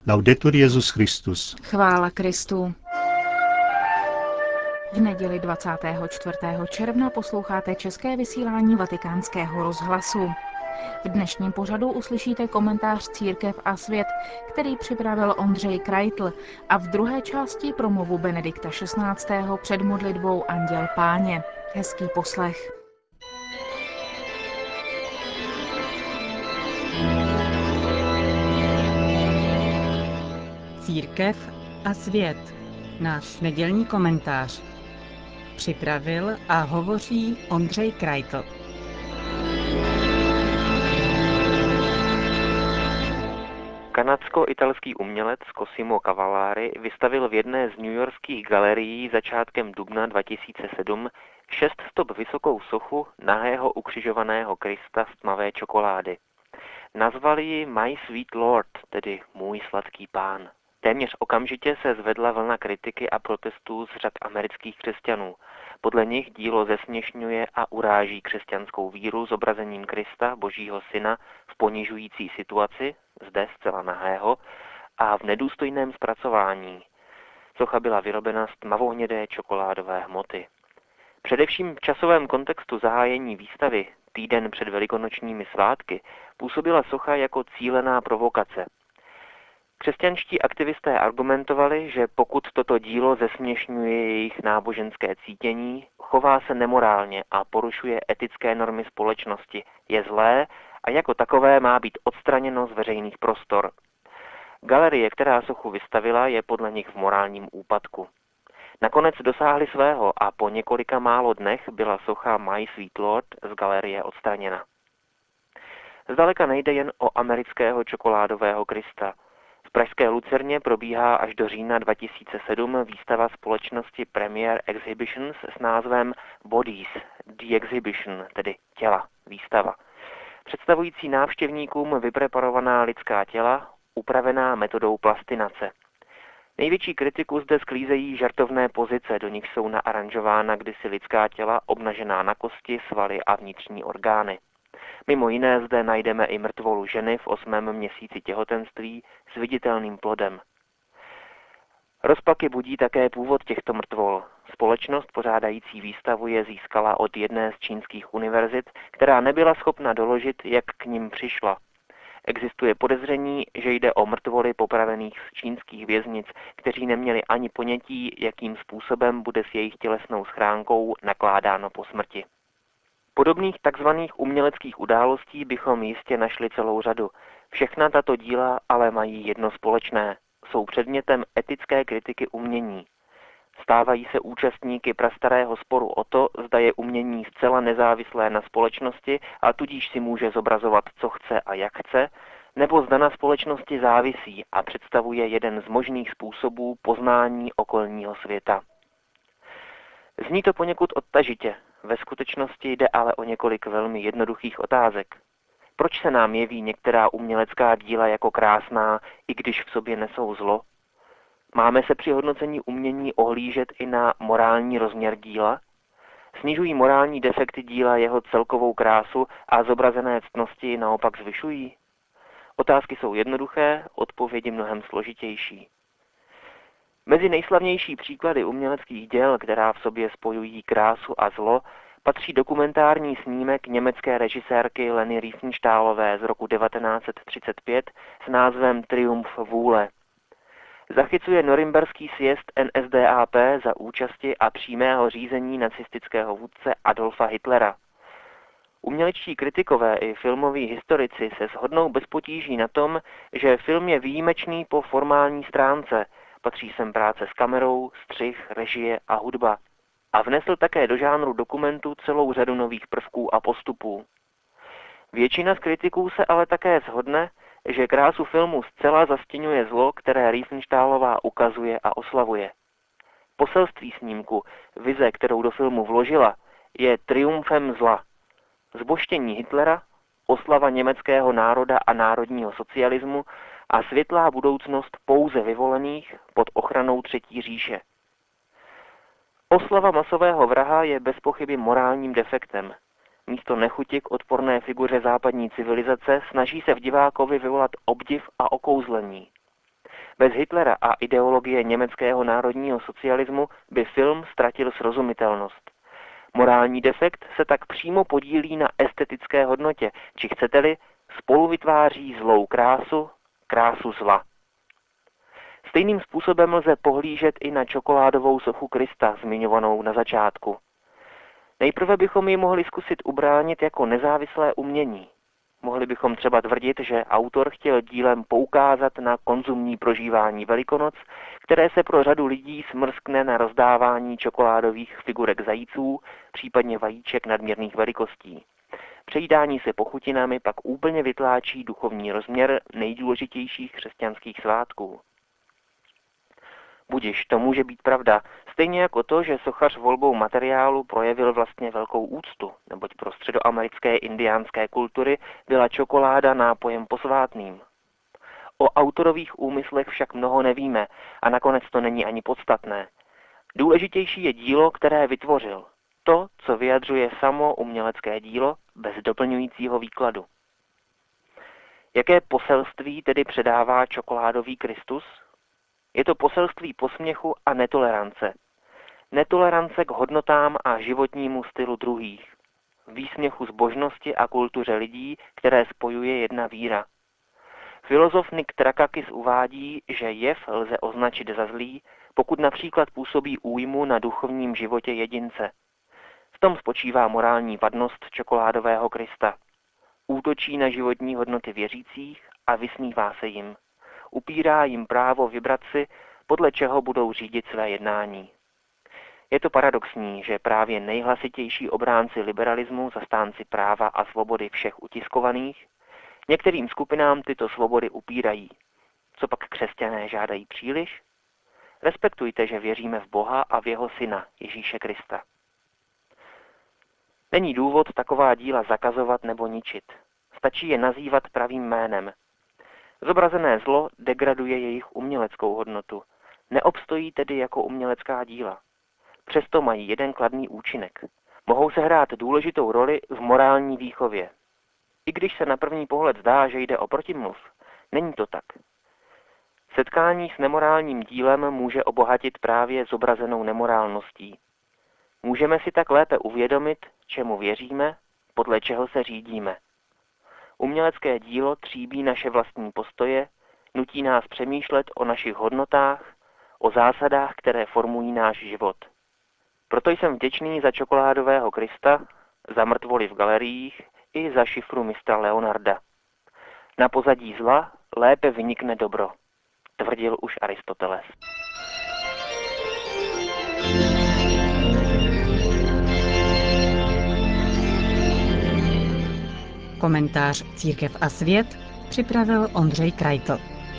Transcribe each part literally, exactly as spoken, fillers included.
Laudetur Jesus Christus. Chvála Kristu. V neděli dvacátého čtvrtého června posloucháte české vysílání Vatikánského rozhlasu. V dnešním pořadu uslyšíte komentář Církev a svět, který připravil Ondřej Krajtl, a v druhé části promluvu Benedikta šestnáctého před modlitbou Anděl Páně. Hezký poslech. Církev a svět. Náš nedělní komentář. Připravil a hovoří Ondřej Krajtl. Kanadsko-italský umělec Cosimo Cavallari vystavil v jedné z newyorských galerií začátkem dubna dva tisíce sedm šest stop vysokou sochu nahého ukřižovaného Krista z tmavé čokolády. Nazvali ji My Sweet Lord, tedy Můj sladký pán. Téměř okamžitě se zvedla vlna kritiky a protestů z řad amerických křesťanů. Podle nich dílo zesměšňuje a uráží křesťanskou víru zobrazením Krista, Božího syna, v ponižující situaci, zde zcela nahého, a v nedůstojném zpracování. Socha byla vyrobena z tmavohnědé čokoládové hmoty. Především v časovém kontextu zahájení výstavy, týden před velikonočními svátky, působila socha jako cílená provokace. Křesťanští aktivisté argumentovali, že pokud toto dílo zesměšňuje jejich náboženské cítění, chová se nemorálně a porušuje etické normy společnosti, je zlé a jako takové má být odstraněno z veřejných prostor. Galerie, která sochu vystavila, je podle nich v morálním úpadku. Nakonec dosáhli svého a po několika málo dnech byla socha My Sweet Lord z galerie odstraněna. Zdaleka nejde jen o amerického čokoládového Krista. V pražské Lucerně probíhá až do října dva tisíce sedm výstava společnosti Premier Exhibitions s názvem Bodies, The Exhibition, tedy těla, výstava, představující návštěvníkům vypreparovaná lidská těla, upravená metodou plastinace. Největší kritiku zde sklízejí žartovné pozice, do nich jsou naaranžována kdysi lidská těla obnažená na kosti, svaly a vnitřní orgány. Mimo jiné zde najdeme i mrtvolu ženy v osmém měsíci těhotenství s viditelným plodem. Rozpaky budí také původ těchto mrtvol. Společnost pořádající výstavu je získala od jedné z čínských univerzit, která nebyla schopna doložit, jak k nim přišla. Existuje podezření, že jde o mrtvoly popravených z čínských věznic, kteří neměli ani ponětí, jakým způsobem bude s jejich tělesnou schránkou nakládáno po smrti. Podobných takzvaných uměleckých událostí bychom jistě našli celou řadu. Všechna tato díla ale mají jedno společné. Jsou předmětem etické kritiky umění. Stávají se účastníky prastarého sporu o to, zda je umění zcela nezávislé na společnosti a tudíž si může zobrazovat, co chce a jak chce, nebo zda na společnosti závisí a představuje jeden z možných způsobů poznání okolního světa. Zní to poněkud odtažitě. Ve skutečnosti jde ale o několik velmi jednoduchých otázek. Proč se nám jeví některá umělecká díla jako krásná, i když v sobě nesou zlo? Máme se při hodnocení umění ohlížet i na morální rozměr díla? Snižují morální defekty díla jeho celkovou krásu a zobrazené ctnosti naopak zvyšují? Otázky jsou jednoduché, odpovědi mnohem složitější. Mezi nejslavnější příklady uměleckých děl, která v sobě spojují krásu a zlo, patří dokumentární snímek německé režisérky Leni Riefenstahlové z roku devatenáct set třicet pět s názvem Triumf vůle. Zachycuje norimberský sjezd N S D A P za účasti a přímého řízení nacistického vůdce Adolfa Hitlera. Umělečtí kritikové i filmoví historici se shodnou bez potíží na tom, že film je výjimečný po formální stránce, patří sem práce s kamerou, střih, režie a hudba. A vnesl také do žánru dokumentu celou řadu nových prvků a postupů. Většina z kritiků se ale také shodne, že krásu filmu zcela zastěňuje zlo, které Riefenstahlová ukazuje a oslavuje. Poselství snímku, vize, kterou do filmu vložila, je triumfem zla. Zboštění Hitlera, oslava německého národa a národního socialismu a světlá budoucnost pouze vyvolených pod ochranou Třetí říše. Oslava masového vraha je bez pochyby morálním defektem. Místo nechuti k odporné figuře západní civilizace snaží se v divákovi vyvolat obdiv a okouzlení. Bez Hitlera a ideologie německého národního socialismu by film ztratil srozumitelnost. Morální defekt se tak přímo podílí na estetické hodnotě, či chcete-li, spolu vytváří zlou krásu, krásu zla. Stejným způsobem lze pohlížet i na čokoládovou sochu Krista, zmiňovanou na začátku. Nejprve bychom ji mohli zkusit ubránit jako nezávislé umění. Mohli bychom třeba tvrdit, že autor chtěl dílem poukázat na konzumní prožívání Velikonoc, které se pro řadu lidí smrskne na rozdávání čokoládových figurek zajíců, případně vajíček nadměrných velikostí. Přejídání se pochutinami pak úplně vytláčí duchovní rozměr nejdůležitějších křesťanských svátků. Budiž, to může být pravda, stejně jako to, že sochař volbou materiálu projevil vlastně velkou úctu, neboť pro středoamerické indiánské kultury byla čokoláda nápojem posvátným. O autorových úmyslech však mnoho nevíme a nakonec to není ani podstatné. Důležitější je dílo, které vytvořil. To, co vyjadřuje samo umělecké dílo bez doplňujícího výkladu. Jaké poselství tedy předává čokoládový Kristus? Je to poselství posměchu a netolerance. Netolerance k hodnotám a životnímu stylu druhých. Výsměchu zbožnosti a kultuře lidí, které spojuje jedna víra. Filozof Nik Trakakis uvádí, že jev lze označit za zlý, pokud například působí újmu na duchovním životě jedince. V tom spočívá morální vadnost čokoládového Krista. Útočí na životní hodnoty věřících a vysmívá se jim. Upírá jim právo vybrat si, podle čeho budou řídit své jednání. Je to paradoxní, že právě nejhlasitější obránci liberalismu, zastánci práva a svobody všech utiskovaných, některým skupinám tyto svobody upírají. Co pak křesťané žádají příliš? Respektujte, že věříme v Boha a v jeho syna, Ježíše Krista. Není důvod taková díla zakazovat nebo ničit. Stačí je nazývat pravým jménem. Zobrazené zlo degraduje jejich uměleckou hodnotu. Neobstojí tedy jako umělecká díla. Přesto mají jeden kladný účinek. Mohou sehrát důležitou roli v morální výchově. I když se na první pohled zdá, že jde o protimluv, není to tak. Setkání s nemorálním dílem může obohatit právě zobrazenou nemorálností. Můžeme si tak lépe uvědomit, čemu věříme, podle čeho se řídíme. Umělecké dílo tříbí naše vlastní postoje, nutí nás přemýšlet o našich hodnotách, o zásadách, které formují náš život. Proto jsem vděčný za čokoládového Krista, za mrtvoly v galeriích i za šifru mistra Leonarda. Na pozadí zla lépe vynikne dobro, tvrdil už Aristoteles. Komentář Církev a svět připravil Ondřej Krajtl.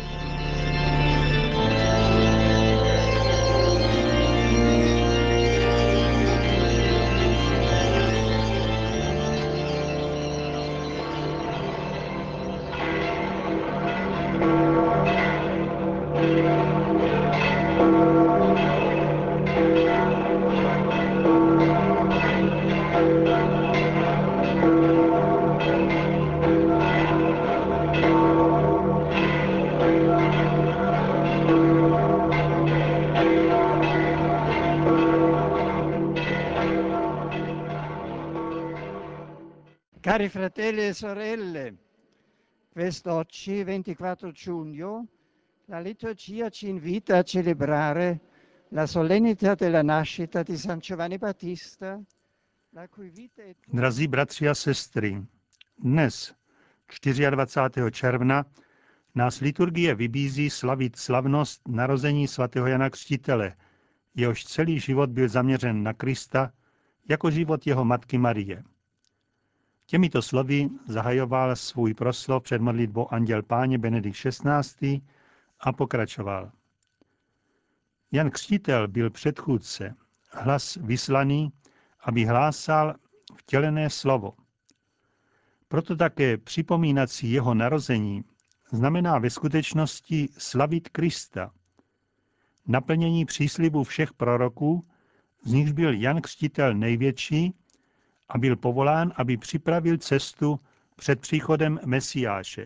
Cari fratelli e sorelle, quest'oggi, ventiquattro giugno, la liturgia ci invita a celebrare la solennità della nascita di San Giovanni Battista, la cui vita è... Drazí bratři a sestry, dnes, dvacátého čtvrtého června, nás liturgie vybízí slavit slavnost narození svatého Jana Křtitele, jehož celý život byl zaměřen na Krista jako život jeho matky Marie. Těmito slovy zahajoval svůj proslov před modlitbou Anděl Páně Benedikt šestnáctý a pokračoval. Jan Křtitel byl předchůdce, hlas vyslaný, aby hlásal vtělené slovo. Proto také připomínat si jeho narození znamená ve skutečnosti slavit Krista, naplnění příslibů všech proroků, z nichž byl Jan Křtitel největší, a byl povolán, aby připravil cestu před příchodem Mesiáše.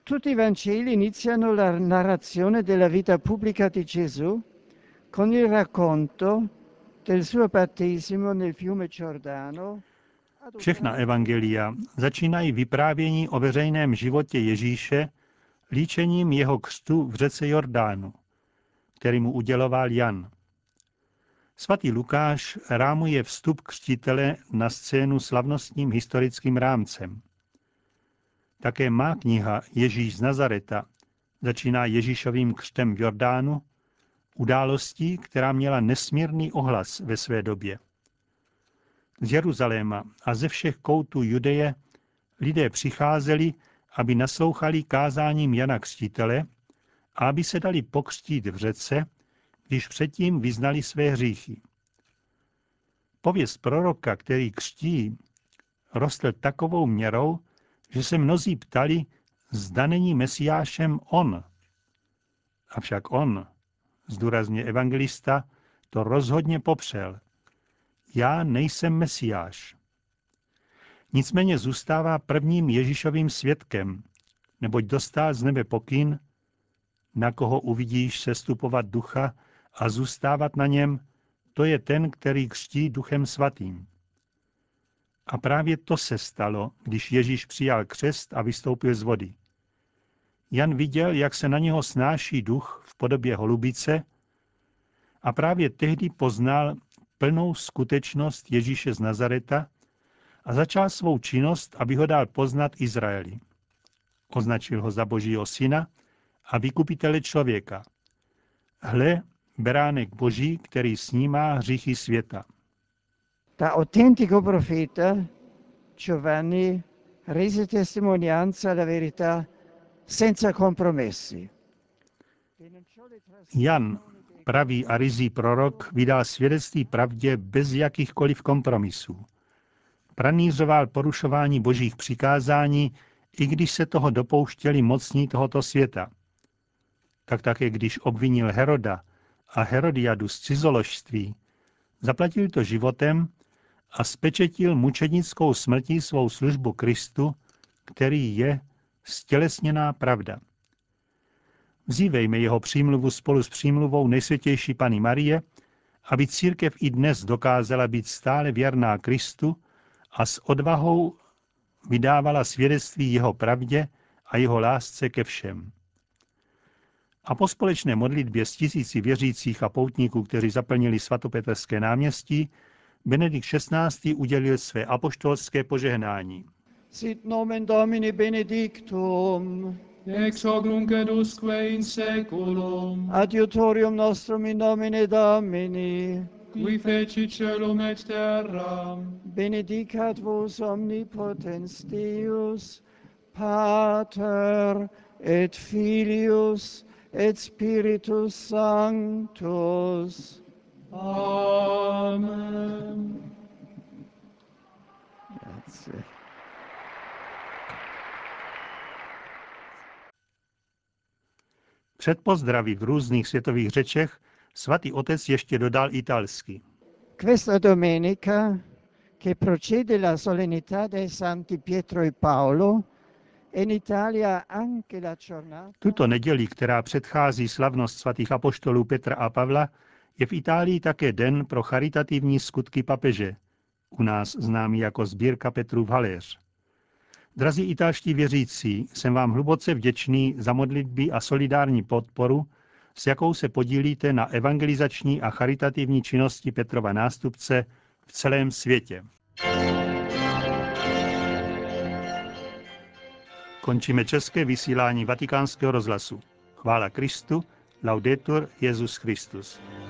Tutti i Vangeli iniziano la narrazione della vita pubblica di Gesù con il racconto del suo battesimo nel fiume Giordano. Všechna evangelia začínají vyprávění o veřejném životě Ježíše líčením jeho křtu v řece Jordánu, který mu uděloval Jan. Svatý Lukáš rámuje vstup křtitele na scénu slavnostním historickým rámcem. Také má kniha Ježíš z Nazareta začíná Ježíšovým křtem v Jordánu, událostí, která měla nesmírný ohlas ve své době. Z Jeruzaléma a ze všech koutů Judeje lidé přicházeli, aby naslouchali kázáním Jana Křtitele a aby se dali pokřtít v řece, když předtím vyznali své hříchy. Pověst proroka, který křtí, rostl takovou měrou, že se mnozí ptali, zda není Mesiášem on. Avšak on, zdůrazňuje evangelista, to rozhodně popřel. Já nejsem Mesiáš. Nicméně zůstává prvním Ježíšovým svědkem, neboť dostal z nebe pokyn, na koho uvidíš sestupovat ducha a zůstávat na něm, to je ten, který křtí Duchem Svatým. A právě to se stalo, když Ježíš přijal křest a vystoupil z vody. Jan viděl, jak se na něho snáší duch v podobě holubice a právě tehdy poznal plnou skutečnost Ježíše z Nazareta a začal svou činnost, aby ho dal poznat Izraeli. Označil ho za Božího syna a vykupitele člověka. Hle, beránek Boží, který snímá hříchy světa. Da autentico profeta Giovanni rese testimonianza alla verità senza compromessi. Jan, pravý a ryzí prorok, vydal svědectví pravdě bez jakýchkoliv kompromisů. Pranířoval porušování božích přikázání, i když se toho dopouštěli mocní tohoto světa. Tak také, když obvinil Heroda a Herodiadu z cizoložství, zaplatil to životem a spečetil mučednickou smrtí svou službu Kristu, který je stělesněná pravda. Vzívejme jeho přímluvu spolu s přímluvou nejsvětější Panny Marie, aby církev i dnes dokázala být stále věrná Kristu a s odvahou vydávala svědectví jeho pravdě a jeho lásce ke všem. A po společné modlitbě s tisíci věřících a poutníků, kteří zaplnili svatopetrské náměstí, Benedikt šestnáctý udělil své apoštolské požehnání. Sit nomen Domini benedictum, ex hoc nunc et usque in saeculum, adiutorium nostrum in nomine Domini, qui feci caelum et terram, benedicat vos omnipotens Deus, Pater et Filius et Spiritus Sanctus. Amen. Grazie. Před pozdraví v různých světových řečech svatý otec ještě dodal italsky. Questa domenica, che procede la solennità dei Santi Pietro e Paolo, è in Italia anche la giornata. Tuto neděli, která předchází slavnost svatých apoštolů Petra a Pavla, je v Itálii také den pro charitativní skutky papeže, u nás známý jako sbírka Petrův haléř. Drazí italští věřící, jsem vám hluboce vděčný za modlitby a solidární podporu, s jakou se podílíte na evangelizační a charitativní činnosti Petrova nástupce v celém světě. Končíme české vysílání Vatikánského rozhlasu. Chvála Kristu, laudetur Jesus Christus.